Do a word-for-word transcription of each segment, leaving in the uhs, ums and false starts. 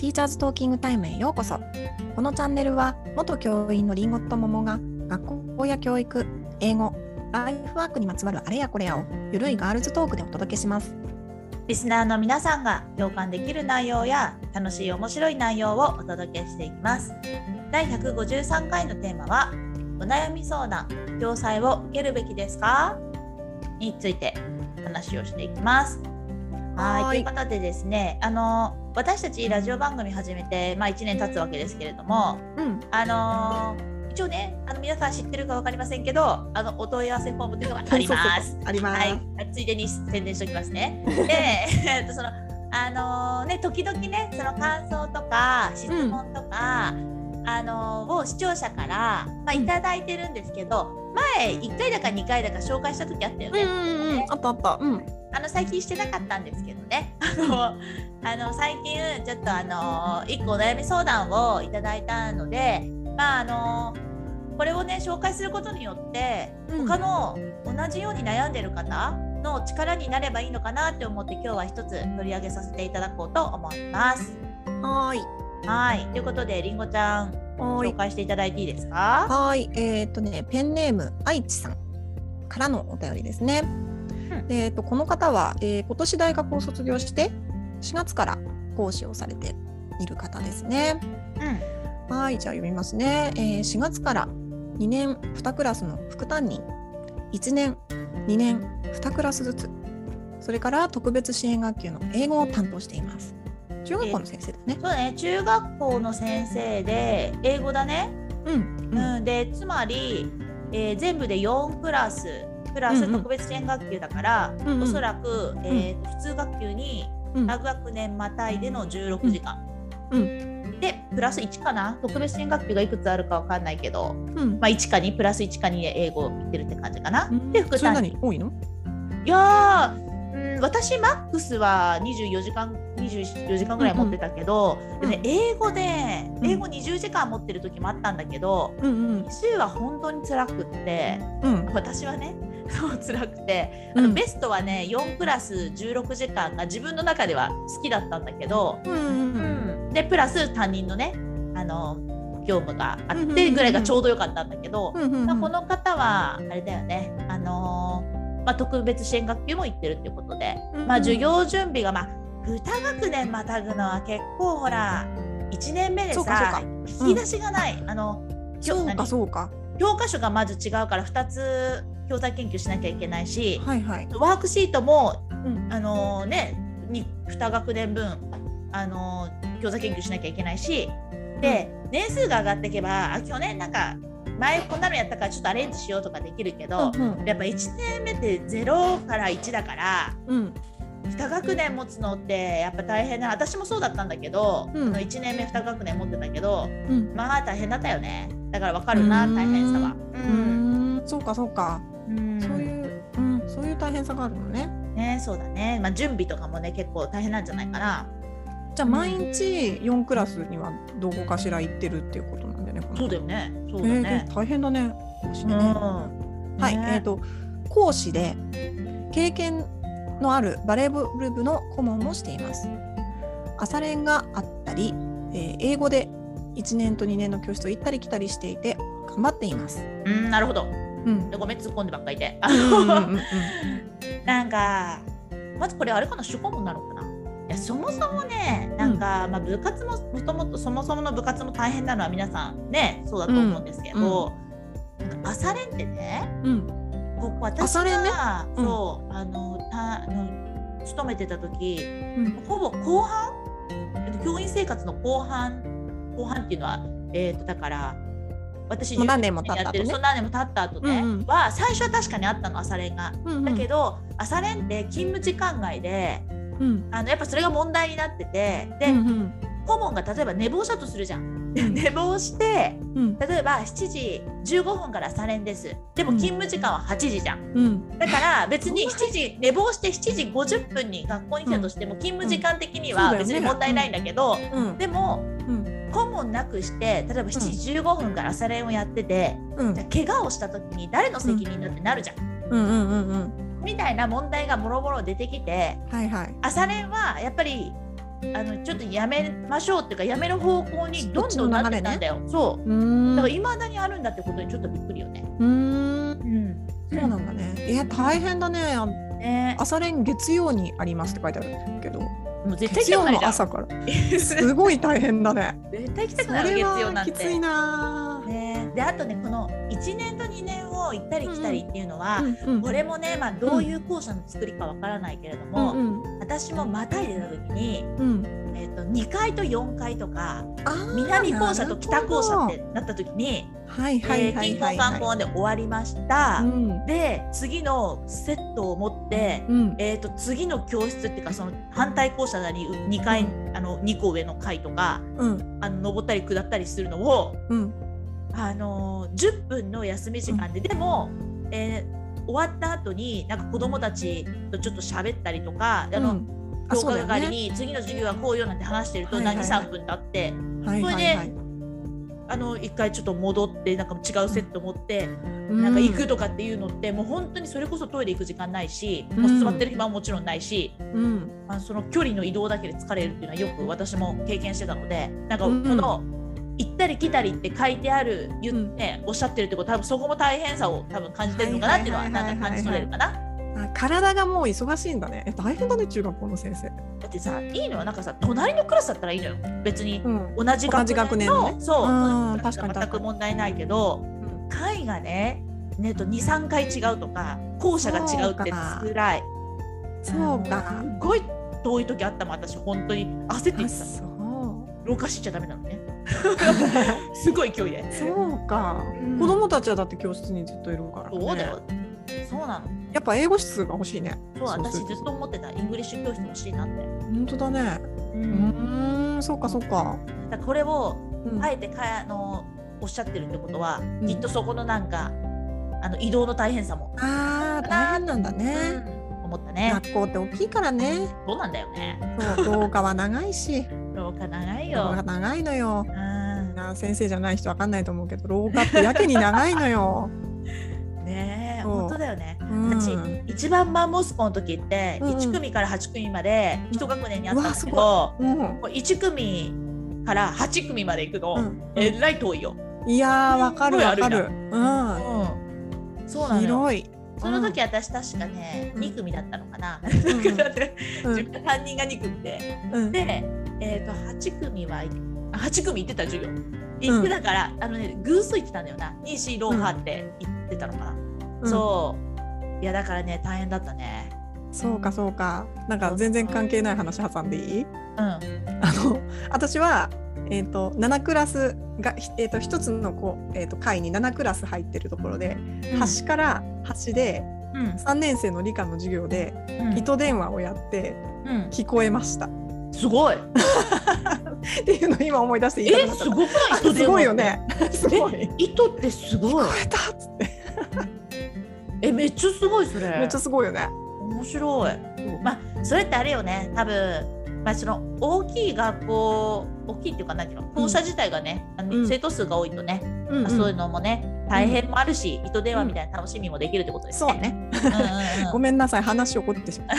ティーチャーズトーキングタイムへようこそ。このチャンネルは元教員のりんごと桃が学校や教育、英語、ライフワークにまつわるあれやこれやをゆるいガールズトークでお届けします。 リスナーの皆さんが共感できる内容や楽しい面白い内容をお届けしていきます。だいひゃくごじゅうさんかいのテーマはお悩み相談、共済を受けるべきですかについて話をしていきます。はい、ということでですね、あの私たちラジオ番組始めて、まあ、いちねん経つわけですけれども、うん、あの一応ね、あの皆さん知ってるか分かりませんけど、あのお問い合わせフォームというのがあります。 あります。 はい、ついでに宣伝しておきますね。で、そのあのね、時々ね、その感想とか質問とか、うん、あのを視聴者から、まあ、いただいてるんですけど、うん、前いっかいだかにかいだか紹介した時あったよね。 うんうんうん、あったあった。うん。 あの最近してなかったんですけどね、あのあの最近ちょっとあのいっこお悩み相談をいただいたので、まああのこれをね紹介することによって、うん、他の同じように悩んでる方の力になればいいのかなって思って、今日は一つ取り上げさせていただこうと思います。 はい。 はい。ということでりんごちゃん紹介していただいていいですか？ はい。えー、っとねペンネーム愛知さんからのお便りですね。えー、とこの方は、えー、今年大学を卒業してしがつから講師をされている方ですね。うん、はい、じゃあ読みますね。えー、しがつからにねんにクラスの副担任、いちねんにねんにクラスずつ、それから特別支援学級の英語を担当しています。中学校の先生だね。 そうね、中学校の先生で英語だね。うん、うんうん、でつまり、えー、全部でよんクラスプラス特別支援学級だから、うんうん、おそらく、えー、普通学級にさん学年またいでのじゅうろくじかん、うんうん、でプラスいちかな、特別支援学級がいくつあるかわかんないけど、うん、まあいちかにプラスいちかにで英語を言ってるって感じかな、うん、で副担任。 それ何多いの？ いやー、うん、私マックスはにじゅうよじかんにじゅうよじかんぐらい持ってたけど、うんうん、でね、英語で英語にじゅうじかん持ってる時もあったんだけど、うんうん、週は本当に辛くって、うん、私はねそう辛くて、あの、うん、ベストはねよんクラスじゅうろくじかんが自分の中では好きだったんだけど、うんうんうん、でプラス担任のねあの業務があってぐらいがちょうどよかったんだけど、うんうんうん、まあ、この方はあれだよね、あのーまあ、特別支援学級も行ってるってことで、うんうん、まあ、授業準備が、まあ、に学年またぐのは結構ほらいちねんめでさ引き出しがない、うん、あのそうかそうか教科書がまず違うからふたつ教材研究しなきゃいけないし、 はいはい、 ワークシートも、うん、あのね、に学年分あの教材研究しなきゃいけないし、で、うん、年数が上がっていけば、あ、去年なんか前こんなのやったからちょっとアレンジしようとかできるけど、うんうん、やっぱいちねんめってゼロからいちだから、うん、に学年持つのってやっぱ大変な、私もそうだったんだけど、うん、あのいちねんめに学年持ってたけど、うん、まあ大変だったよね。だから分かるな、大変さは。 うん、そうかそうか、うん、そういう、うん、そういう大変さがあるのね。 ね、そうだね。まあ、準備とかもね結構大変なんじゃないかな。 じゃあ毎日よんクラスにはどこかしら行ってるっていうことなんだよね。 そうだよね。そうだね。 えー、大変だね。講師ね。うん、はい、ね、えっと講師で経験のあるバレーボール部の顧問もしています。朝練があったり、えー、英語でいちねんとにねんの教室を行ったり来たりしていて頑張っています。 うん、なるほど。うん、ごめん突っ込んでばっかりで。なんかまずこれあれかな、主顧問なのかな。いやそもそもね、なんか、うん、まあ、部活ももともとそもそもの部活も大変なのは皆さんねそうだと思うんですけど、うんうん、なんか朝練ってね、うん、ここ私が、ね、そう、うん、あのたあの勤めてた時、うん、ほぼ後半教員生活の後半後半っていうのは、えー、とだから私もう何年も経った後ね、 そう何年も経った後ね、うんうん、は最初は確かにあったの朝練が、うんうん、だけど朝練って勤務時間外で、うん、あのやっぱそれが問題になってて、で、うんうん、顧問が例えば寝坊したとするじゃん。寝坊して、うん、例えばしちじじゅうごふんから朝練です。でも勤務時間ははちじじゃん、うん、だから別にしちじ寝坊してしちじごじゅっぷんに学校に来たとしても、うん、勤務時間的には別に問題ないんだけど、うん、でも、うん、顧問なくして例えばしちじじゅうごふんから朝練をやってて、うん、じゃあ怪我をした時に誰の責任だってなるじゃん、うんうんうんうん、みたいな問題がもろもろ出てきて、はいはい、朝練はやっぱりあのちょっとやめましょうっていうかやめる方向にどんどんなってたんだよ。ね、そう。 うんだからいまだにあるんだってことにちょっとびっくりよね。 うん。うん。そうなんだね。いや大変だね。ね朝練月曜にありますって書いてあるけど。 もう絶対来たくないじゃん。 朝からすごい大変だね。 絶対来たくない月曜なんて。 きついな、 ね、であとねこのいちねんとにねんを行ったり来たりっていうのは、 うんうん、 これもね、まあ、どういう校舎の作りかわからないけれども、うんうん、私もまたいでた時に、うんえー、とにかいとよんかいとか南校舎と北校舎ってなった時に金婚観光で終わりました、うん、で次のセットを持って、うんえー、と次の教室っていうかその反対校舎ににかい、うん、あのにこ上の階とか、うん、あの登ったり下ったりするのを、うんあのー、じゅっぷんの休み時間で、うん、でも、えー、終わった後になんか子どもたちとちょっと喋ったりとか、うん、あの教科係に次の授業はこうよなんて話してると何さんぷん経って、はいはいはい、それで、はいはいはい、あの一回ちょっと戻ってなんか違うセット持って、うん、なんか行くとかっていうのってもう本当にそれこそトイレ行く時間ないし、うん、もう座ってる暇ももちろんないし、うん、まあ、その距離の移動だけで疲れるっていうのはよく私も経験してたので、なんかこの、うん行ったり来たりって書いてある言って、うん、おっしゃってるってことは多分そこも大変さを多分感じてるのかなっていうのはなんか感じ取れるかな。 体がもう忙しいんだね。え大変だね中学校の先生。 だってさいいのよなんかさ隣のクラスだったらいいのよ別に、うん、同じ学年の、ね、そう、うん、確かに全く問題ないけど、うん、階がねねと にさんかい違うとか校舎が違うって辛い。 そうか。 すごい遠い時あったもん私本当に焦って言ってた。廊下しちゃダメなのねすごい勢いで。 そうか、うん、子供たちはだって教室にずっといるからね。 そうだよそうなの。 やっぱ英語室が欲しいね。 そう私ずっと思ってたイングリッシュ教室欲しいなって。 本当だね。うんうん、そうかそうか。 だからこれを、うん、あえてかあのおっしゃってるってことは、うん、きっとそこのなんかあの移動の大変さもあー大変なんだね、 うん、思ったね。 学校って大きいからね。 そうなんだよね。 そう廊下は長いし廊下長いよ。 廊下長いのよ。先生じゃない人わかんないと思うけど廊下ってやけに長いのよねえ本当だよね、うん、私一番マンモス校の時って、うん、いち組からはち組までいち学年にあったんだけど、うん、いち組からはち組まで行くの、うん、えらい遠いよ。 いやーわかるわかる、うんうん、そうなのよ。広い。その時私確かね、うん、に組だったのかな、うん、自分担任がに組で、うん、で、えー、とはち組ははち組行ってた授業行ってたから、うん、あのね偶数行ってたんだよな。にしろはって言ってたのかな、うん、そういやだからね大変だったね。 そうかそうか。なんか全然関係ない話挟んでいい？うん。あの私はえー、とななクラスが、えー、とひとつのこう、えー、と階にななクラス入ってるところで、うん、端から端で、うん、さんねん生の理科の授業で、うん、糸電話をやって、うん、聞こえました。 すごいっていうのを今思い出して言いたくなった。 えすごくない？糸電話すごいよね。すごい。 糸ってすごい。 聞こえたっつってえめっちゃすごいそれ。 めっちゃすごいよね。 面白い。まあそれってあれよね多分。まあ、その大きい学校大きいっていうか何ていうの校舎自体がね、うん、あの生徒数が多いとね、うんまあ、そういうのもね大変もあるし、うん、糸電話みたいな楽しみもできるってことですね。 そうねうんうん、ごめんなさい話起こってしま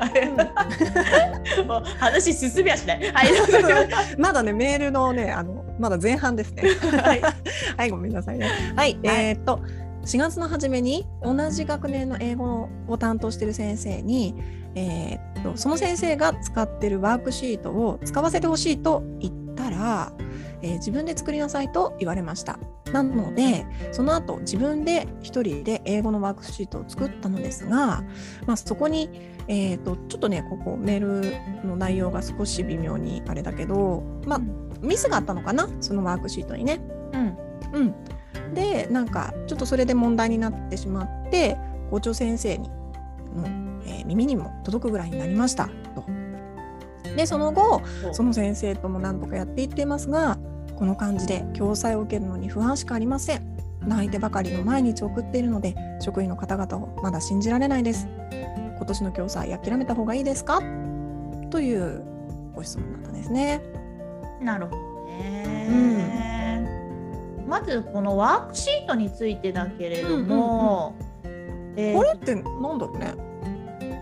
うもう話進みはしない、はい、 まだねメールのねあのまだ前半ですねはい、はい、ごめんなさいねはい、はい、えー、っとしがつの初めに同じ学年の英語を担当している先生に、えー、っとその先生が使っているワークシートを使わせてほしいと言ったら、えー、自分で作りなさいと言われました。なのでその後自分で一人で英語のワークシートを作ったのですが、まあ、そこに、えー、っとちょっとねここメールの内容が少し微妙にあれだけど、まあ、ミスがあったのかなそのワークシートにね。うんうんでなんかちょっとそれで問題になってしまって校長先生にの、えー、耳にも届くぐらいになりましたと。でその後その先生とも何とかやっていっていますがこの感じで共済を受けるのに不安しかありません。泣いてばかりの毎日を送っているので職員の方々をまだ信じられないです。今年の共済諦めた方がいいですかというご質問だったんですね。 なるほどね、うんまずこのワークシートについてだけれども、 うんうんうんえー、これってなんだろうね。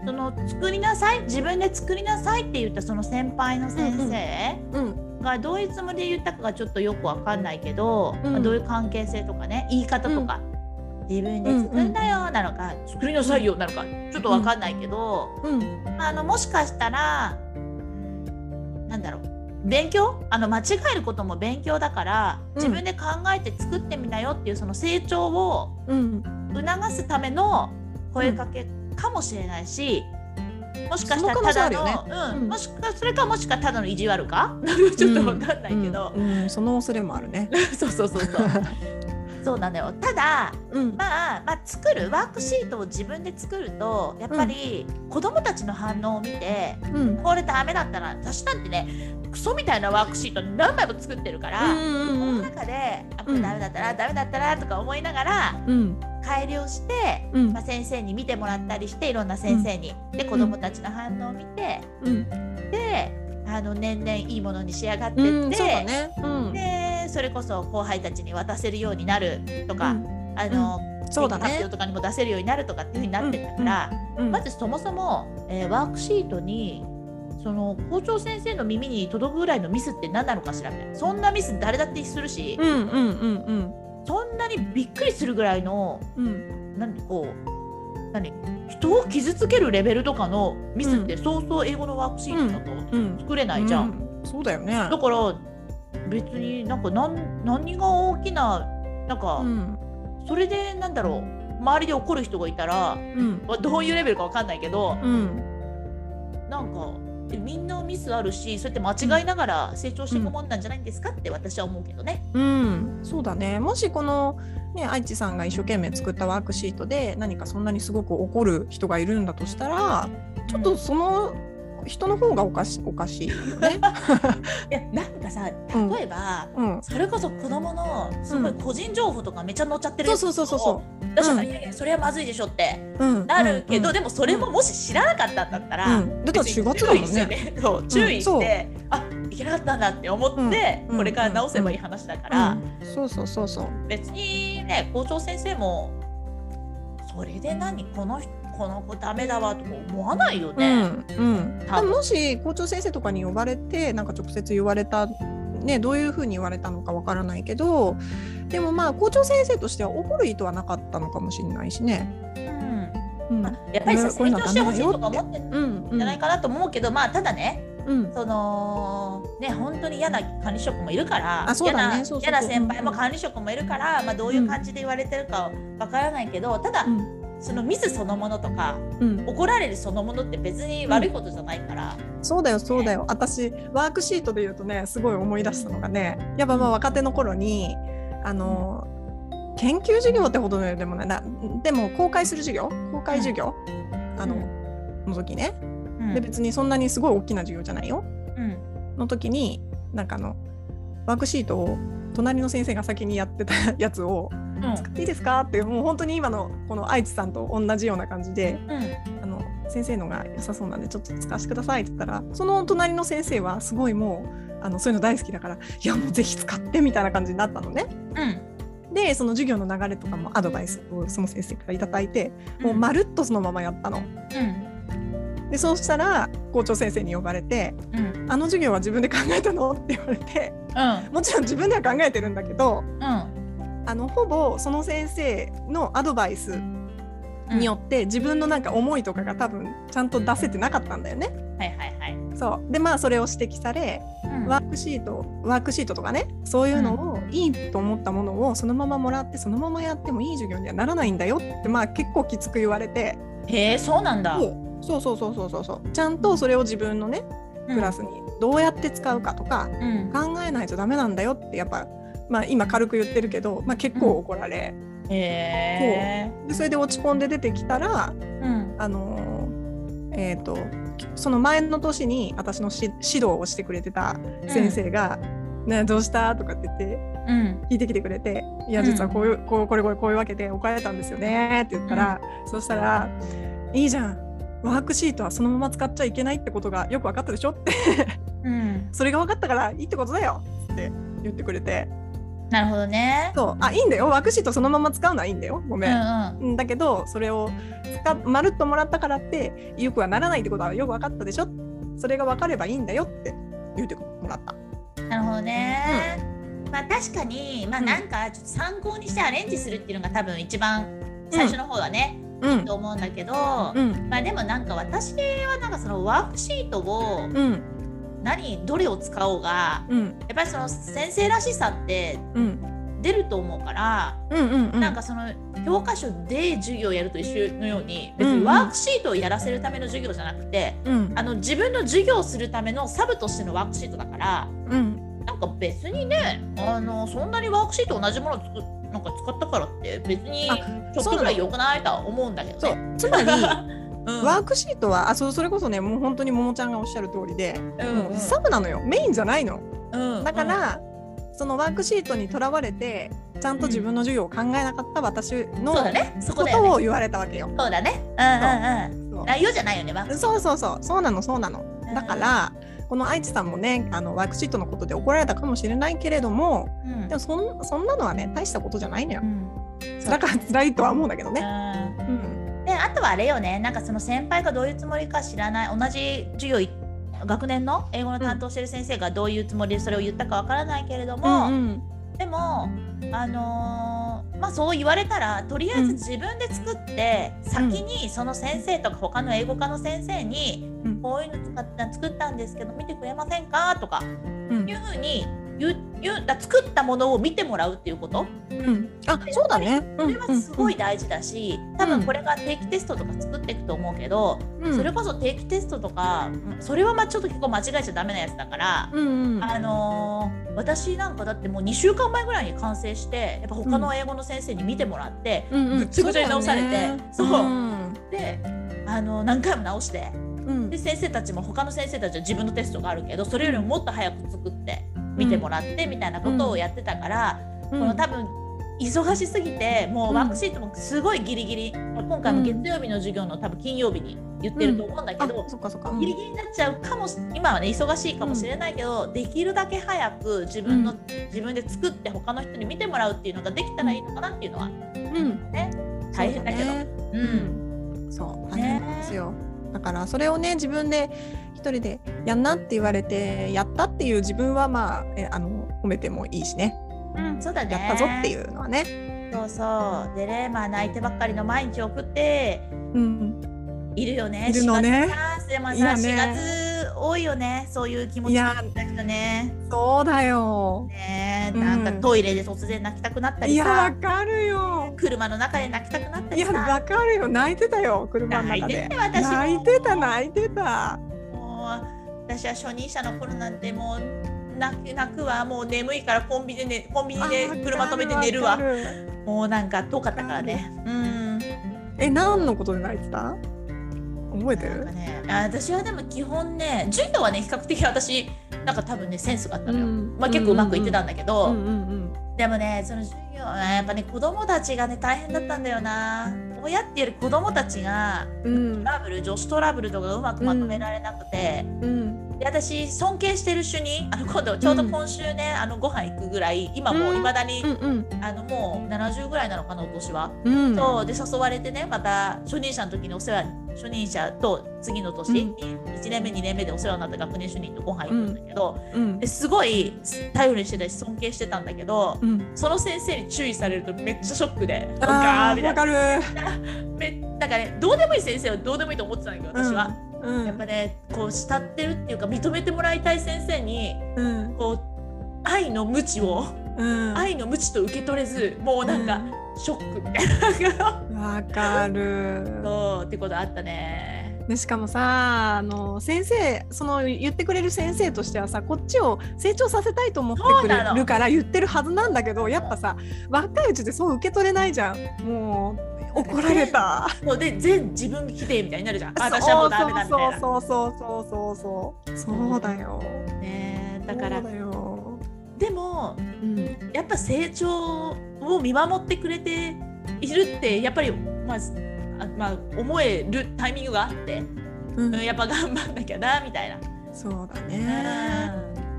その作りなさい、自分で作りなさいって言ったその先輩の先生がどういうつもりで言ったかがちょっとよくわかんないけど、うんまあ、どういう関係性とかね、言い方とか、うん、自分で作るんだよなのか、うん、作りなさいよなのかちょっとわかんないけど、うんまあ、あのもしかしたらなんだろう、勉強あの間違えることも勉強だから、うん、自分で考えて作ってみなよっていうその成長を促すための声かけかもしれないし、もしかしたらただの、ねうん、もしかそれかもしかただの意地悪かちょっと分かんないけど、 うんうんうん、その恐れもあるねそうそうそうそうそうなのよ。ただ、うん、まあ、まあ作るワークシートを自分で作るとやっぱり子どもたちの反応を見て、うん、これダメだったら私なんてねクソみたいなワークシート何枚も作ってるから、うんうんうん、この中であこれダメだったら、うん、ダメだったらとか思いながら、うん、改良して、うんまあ、先生に見てもらったりしていろんな先生に、うん、で子どもたちの反応を見て、うん、であの年々いいものに仕上がってって、うんそうだねうん、でそれこそ後輩たちに渡せるようになるとか、うん、あの、うん、そうだね、発表とかにも出せるようになるとかっていう風になってたから、うんうん、まずそもそも、えー、ワークシートにその校長先生の耳に届くぐらいのミスって何なのかしらみたいな、そんなミス誰だってするし、うんうんうんうん、そんなにびっくりするぐらいの、うん、何こう何人を傷つけるレベルとかのミスってそうそう英語のワークシートだと作れないじゃん、 うんうん、そうだよね。 だから別になんか 何, 何が大きななんか、うん、それでなんだろう周りで怒る人がいたら、うん、どういうレベルか分かんないけど、うん、なんかみんなミスあるし、そうやって間違いながら成長していくもんなんじゃないんですかって私は思うけどね。 うん、うん、そうだね。もしこのね愛知さんが一生懸命作ったワークシートで何かそんなにすごく怒る人がいるんだとしたら、ちょっとその人の方がおかし、おかしいよね。 いやなんかさ、例えば、うん、それこそ子供のすごい個人情報とかめっちゃ載っちゃってるやつを、うん、そうそうそうそう出したら、うん、いやいやそれはまずいでしょってなるけど、うんうん、でもそれももし知らなかったんだったら、うん、 だからしがつだもんね。 そう注意して、うん、あいけなかったんだって思って、うん、これから直せばいい話だから、 うんうん、そうそうそうそう別にね校長先生もそれで何この人この子ダメだわとか思わないよね、 うんうん、もし校長先生とかに呼ばれてなんか直接言われた、ね、どういうふうに言われたのかわからないけど、でもまあ校長先生としては怒る意図はなかったのかもしれないしね、 うんうんまあ、やっぱりさ成長してほしいとか思ってるんじゃないかなと思うけど、うんうん、まあただね、うん、そのね本当に嫌な管理職もいるから、嫌な先輩も管理職もいるから、まあ、どういう感じで言われてるかわからないけど、ただ、うんそのミスそのものとか、うん、怒られるそのものって別に悪いことじゃないから、 うん、そうだよそうだよ、ね、私ワークシートで言うとねすごい思い出したのがね、やっぱまあ若手の頃にあの、うん、研究授業ってほどでもないな、でも公開する授業公開授業、うん、あの、の時ね、うん、で別にそんなにすごい大きな授業じゃないよ、うん、の時になんかあのワークシートを隣の先生が先にやってたやつを使っていいですかってもう本当に今のこの愛知さんと同じような感じで、うん、あの先生のが良さそうなんでちょっと使わせてくださいって言ったら、その隣の先生はすごいもうあのそういうの大好きだからいやもうぜひ使ってみたいな感じになったのね、うん、でその授業の流れとかもアドバイスをその先生からいただいて、うん、もうまるっとそのままやったの、うん、でそうしたら校長先生に呼ばれて、うん、あの授業は自分で考えたのって言われて、うん、もちろん自分では考えてるんだけど、うんあのほぼその先生のアドバイスによって自分のなんか思いとかが多分ちゃんと出せてなかったんだよね。 はいはいはい。 そうでまあそれを指摘され、うん、ワークシートワークシートとかねそういうのをいいと思ったものをそのままもらってそのままやってもいい授業にはならないんだよってまあ結構きつく言われて。 へえそうなんだ。 そうそうそうそうそうそうちゃんとそれを自分のねクラスにどうやって使うかとか、うん、考えないとダメなんだよってやっぱまあ、今軽く言ってるけど、まあ、結構怒られ、うんへー、でそれで落ち込んで出てきたら、うんあのーえー、とその前の年に私のし指導をしてくれてた先生が、うんね、どうしたとかって言って、うん、聞いてきてくれて、いや実はこういう、こうこれこれこういうわけで怒られたんですよねって言ったら、うん、そしたらいいじゃんワークシートはそのまま使っちゃいけないってことがよく分かったでしょって、うん、それが分かったからいいってことだよって言ってくれて。 なるほどね。 そうあいいんだよ、ワークシートそのまま使うのはいいんだよ、ごめん、うんうん、だけどそれを使まるっともらったからってよくはならないってことはよく分かったでしょ、それが分かればいいんだよって言ってもらった。 なるほどね、うん、まあ確かに、まあ、なんかちょっと参考にしてアレンジするっていうのが多分一番最初の方はね、うん、いいと思うんだけど、うん、まあでもなんか私はなんかそのワークシートを、うん何どれを使おうが、うん、やっぱりその先生らしさって出ると思うから、うんうんうん、なんかその教科書で授業をやると一緒のように別にワークシートをやらせるための授業じゃなくて、うん、あの自分の授業をするためのサブとしてのワークシートだから、うん、なんか別にねあのそんなにワークシート同じものを作なんか使ったからって別にちょっとぐらい良くないとは思うんだけどね。 つまりうん、ワークシートはあ そ, それこそねもう本当にももちゃんがおっしゃる通りで、うんうん、サブなのよ、メインじゃないの、うんうん、だから、うん、そのワークシートにとらわれてちゃんと自分の授業を考えなかった私のことを言われたわけよ。 そうだね、うんうんうん、内容じゃないよね。 そうそうそうそうなのそうなの、うん、だからこの愛知さんもねあのワークシートのことで怒られたかもしれないけれども、うん、でも そ, んそんなのはね大したことじゃないのよ、うん、だから辛いとは思うんだけどね、うんうんであとはあれよね、なんかその先輩がどういうつもりか知らない、同じ授業学年の英語の担当してる先生がどういうつもりでそれを言ったかわからないけれども、うんうん、でもあのー、まあそう言われたらとりあえず自分で作って、うん、先にその先生とか他の英語科の先生に、うん、こういうの使った作ったんですけど見てくれませんかとか、うん、いうふうに言う言うだ作ったものを見てもらうっていうこと、 うん、あそうだね、 それはすごい大事だし、うん、多分これが定期テストとか作っていくと思うけど、うん、それこそ定期テストとかそれはまあちょっと結構間違えちゃダメなやつだから、うんうん、あのー、私なんかだってもうにしゅうかんまえぐらいに完成してやっぱ他の英語の先生に見てもらって、うん、ぐっちゃぐちゃに直されて、そう、うん、で、あのー、何回も直して、うん、で先生たちも他の先生たちは自分のテストがあるけどそれよりももっと早く作って見てもらってみたいなことをやってたから、うん、この多分忙しすぎてもうワークシートもすごいギリギリ、うん、今回も月曜日の授業の多分金曜日に言ってると思うんだけど、うん、そっかそっか、ギリギリになっちゃうかも今はね忙しいかもしれないけど、うん、できるだけ早く自分の、うん、自分で作って他の人に見てもらうっていうのができたらいいのかなっていうのは、うんね、大変だけど、ね、うん、 そう大変なんですよ、ね、だからそれをね自分で一人でやんなって言われてやったっていう自分はまあ、えあの褒めてもいいしね、 うん、そうだね、 やったぞっていうのはね、 そうそうでね、まあ泣いてばっかりの毎日送って、うん、いるよね、 いるのね、 しがつでもさ、ね、しがつ多いよね、そういう気持ちだったね。 そうだよ、 ね、なんかトイレで突然泣きたくなったりさ、 いやわかるよ、 車の中で泣きたくなったりさ、 いやわかるよ、泣いてたよ車の中で、 泣いてて、私も泣いてた泣いてた、 私は初任者の頃なんてもう泣く泣くわ、もう眠いからコンビニで、ね、コンビニで車止めて寝るわ、もうなんか遠かったからね、うん、 え何のことで泣いてた覚えてる？ なんかね、あ私はでも基本ね授業はね比較的私なんか多分ねセンスがあったのよ、うん、まあ結構うまくいってたんだけど、でもねその授業はやっぱね子供たちがね大変だったんだよな。親っていうより子供たちがトラブル、うん、女子トラブルとかうまくまとめられなくて、うん、で私尊敬してる主任、あの今度ちょうど今週ね、うん、あのご飯行くぐらい今もういまだに、うんうん、あのもうななじゅうぐらいなのかなお年は、うん、そうで誘われてねまた初任者の時にお世話初任者と次の年、うん、いちねんめにねんめでお世話になった学年主任とご飯行くんだけど、うん、ですごい頼りにしてたし尊敬してたんだけど、うん、その先生に注意されるとめっちゃショックで、 あーわかるめなんかねどうでもいい先生はどうでもいいと思ってたんだけど私は、うんうん、やっぱねこう慕ってるっていうか認めてもらいたい先生に、うん、こう愛の無知を、うん、愛の無知と受け取れずもうなんか、うん、ショックみたいなわかるそうってことあったね。 でしかもさあの先生その言ってくれる先生としてはさこっちを成長させたいと思ってくれるから言ってるはずなんだけどやっぱさ若いうちでそう受け取れないじゃん。もう怒られたそうで全自分否定みたいになるじゃん。私はもうダメだみたいな。 そうそうそうそうそうそうそうだよ、 ね、だからだよでも、うん、やっぱ成長を見守ってくれているってやっぱりまずまあ、思えるタイミングがあって、うん、やっぱ頑張んなきゃなみたいな。 そうだね、 うん、っ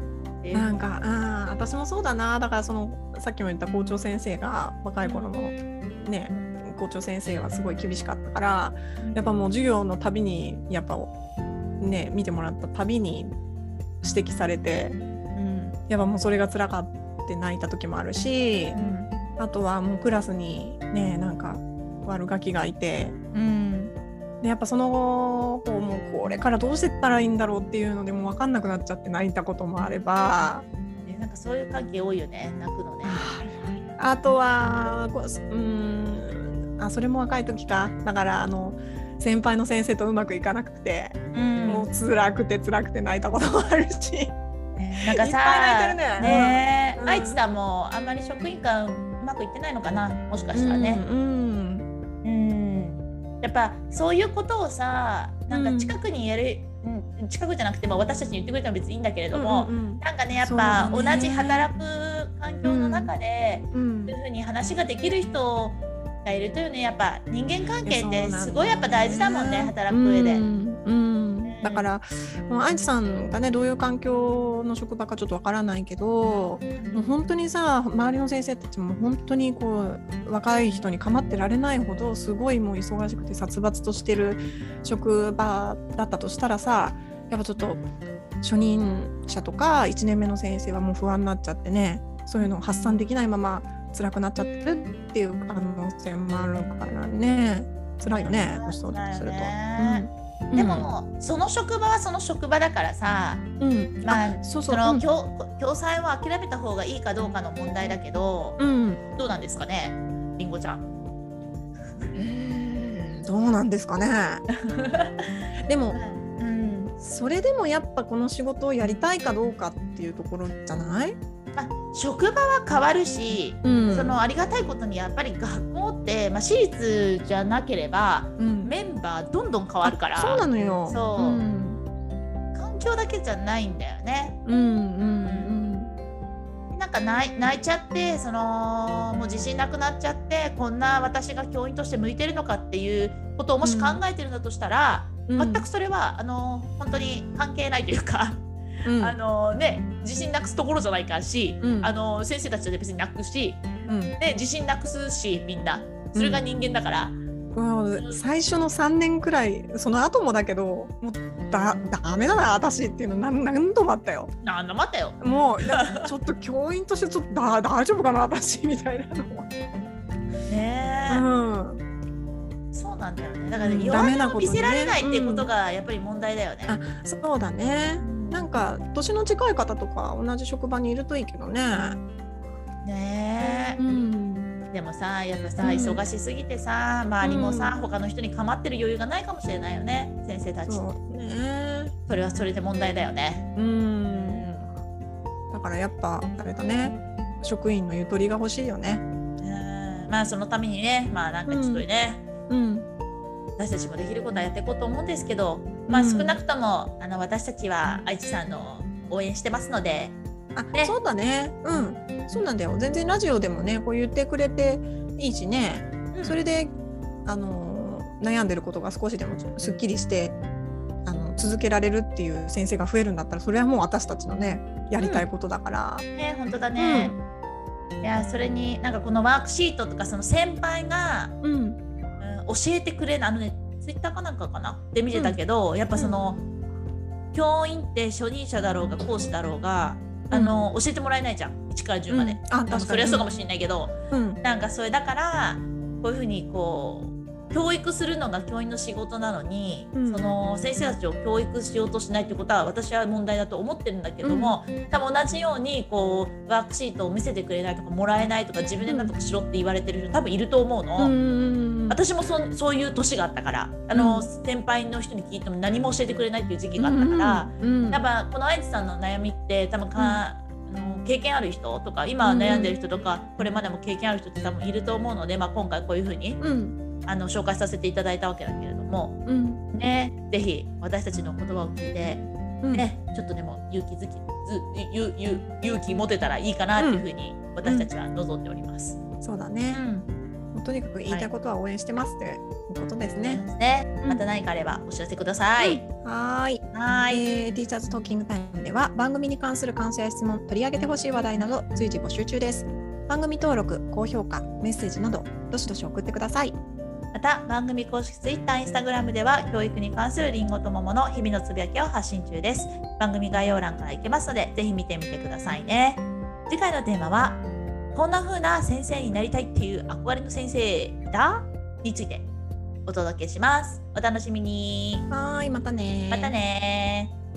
っていう。 なんか、うん、私もそうだな。だからそのさっきも言った校長先生が若い頃のね校長先生はすごい厳しかったから、やっぱもう授業のたびにやっぱね見てもらったたびに指摘されて、うん、やっぱもうそれが辛かって泣いた時もあるし、うん、あとはもうクラスにねなんか悪ガキがいて、うん、でやっぱその子もうこれからどうしてったらいいんだろうっていうのでもう分かんなくなっちゃって泣いたこともあれば、 ね、なんかそういう関係多いよね泣くのね。 あとはこううんあそれも若い時かだからあの先輩の先生とうまくいかなくて、うん、もう辛くて辛くて泣いたこともあるし、 ね、なんかさいっぱい泣いてるね。ね、うん、愛知さんもあんまり職員間うまくいってないのかなもしかしたらね。うん、うんうん、やっぱそういうことをさなんか近くにやる、うん、近くじゃなくても私たちに言ってくれたら別にいいんだけれども、うんうんうん、なんかねやっぱ同じ働く環境の中で、うん、そういうふうに話ができる人がいるというねやっぱ人間関係ってすごいやっぱ大事だもんね働く上で。うんうん、だからもう愛知さんがねどういう環境の職場かちょっとわからないけど、もう本当にさ周りの先生たちも本当にこう若い人に構ってられないほどすごいもう忙しくて殺伐としてる職場だったとしたらさ、やっぱちょっと初任者とかいちねんめの先生はもう不安になっちゃってね、そういうのを発散できないまま辛くなっちゃってるっていう可能性もあるからね、辛いよねそうすると。 うん、でも、うん、その職場はその職場だからさ、うん、まあそうそう、その、うん、共済を諦めた方がいいかどうかの問題だけど、うん、どうなんですかねりんごちゃん。 うんどうなんですかねでも、うん、それでもやっぱこの仕事をやりたいかどうかっていうところじゃない？ まあ、職場は変わるし、うん、そのありがたいことにやっぱり学校って、まあ、私立じゃなければ、うん、メンバーどんどん変わるから。 そうなのよ。 そう、うん、環境だけじゃないんだよね。うんうんうん、なんか泣い、泣いちゃってそのもう自信なくなっちゃってこんな私が教員として向いてるのかっていうことをもし考えてるんだとしたら、うん、全くそれはあの本当に関係ないというかうん、あのね、自信なくすところじゃないかし、うん、あの先生たちで別になくし、うん、で自信なくすしみんなそれが人間だから、 うんうん、最初のさんねんくらいその後もだけどもうだダメだな私っていうの何何度もあったよ。 何度もあったよ。 もうちょっと教員としてちょっとだ大丈夫かな私みたいなのねえ、うん、そうなんだよね。だから、ね、弱みを見せられないっていうことがやっぱり問題だよね。 うん、あそうだね。なんか年の近い方とか同じ職場にいるといいけどね。 ねえ、うん、でもさやっぱさ、うん、忙しすぎてさ周りもさ、うん、他の人に構ってる余裕がないかもしれないよね先生たちって。そうね、それはそれで問題だよね。うん、 だからやっぱあれだね職員のゆとりが欲しいよね。 うん、まあそのためにねまあなんかちょっとね、うんうん私たちもできることはやっていこうと思うんですけど、まあ、少なくとも、うん、あの私たちは愛知さんの応援してますので、 あ、ね、そうだね、うん、そうなんだよ。全然ラジオでもねこう言ってくれていいしね、うん、それであの悩んでることが少しでもすっきりしてあの続けられるっていう先生が増えるんだったらそれはもう私たちのねやりたいことだから、 うん、ね本当だね、うん、いやそれになんかこのワークシートとかその先輩が、うん教えてくれないあのねツイッターかなんかかなで見てたけど、うん、やっぱその、うん、教員って初任者だろうが講師だろうが、うん、あの教えてもらえないじゃんいちからじゅうまで、うん、あ確かにそれはそうかもしれないけど、うん、なんかそれだからこういうふうにこう教育するのが教員の仕事なのに、うん、その先生たちを教育しようとしないってことは私は問題だと思ってるんだけども、うん、多分同じようにこうワークシートを見せてくれないとかもらえないとか自分で何とかしろって言われてる人多分いると思うの、うん、私も そ, そういう年があったからあの、うん、先輩の人に聞いても何も教えてくれないっていう時期があったから、うんうん、やっぱこの愛知さんの悩みって多分か、うん、あの経験ある人とか今悩んでる人とか、うん、これまでも経験ある人って多分いると思うので、まあ、今回こういうふうに、うんあの紹介させていただいたわけだけれども、うんね、ぜひ私たちの言葉を聞いて、うんね、ちょっとでも勇気づきずゆゆ勇気持てたらいいかなっていうふうに私たちは望んでおります。 うん、そうだね、うん、 もうとにかく言いたいことは応援してますということですね。 はい、ね、また何かあればお知らせください。 うん、はい。 はい、 えー、ティーチャーズトーキングタイムでは番組に関する感想や質問、取り上げてほしい話題など随時募集中です。番組登録、高評価、メッセージなどどしどし送ってください。 また番組公式 ツイッター、インスタグラムでは教育に関するりんごと桃の日々のつぶやきを発信中です。番組概要欄から行けますのでぜひ見てみてくださいね。次回のテーマはこんな風な先生になりたいっていう憧れの先生だについてお届けします。お楽しみに。 はい、またね。 またね。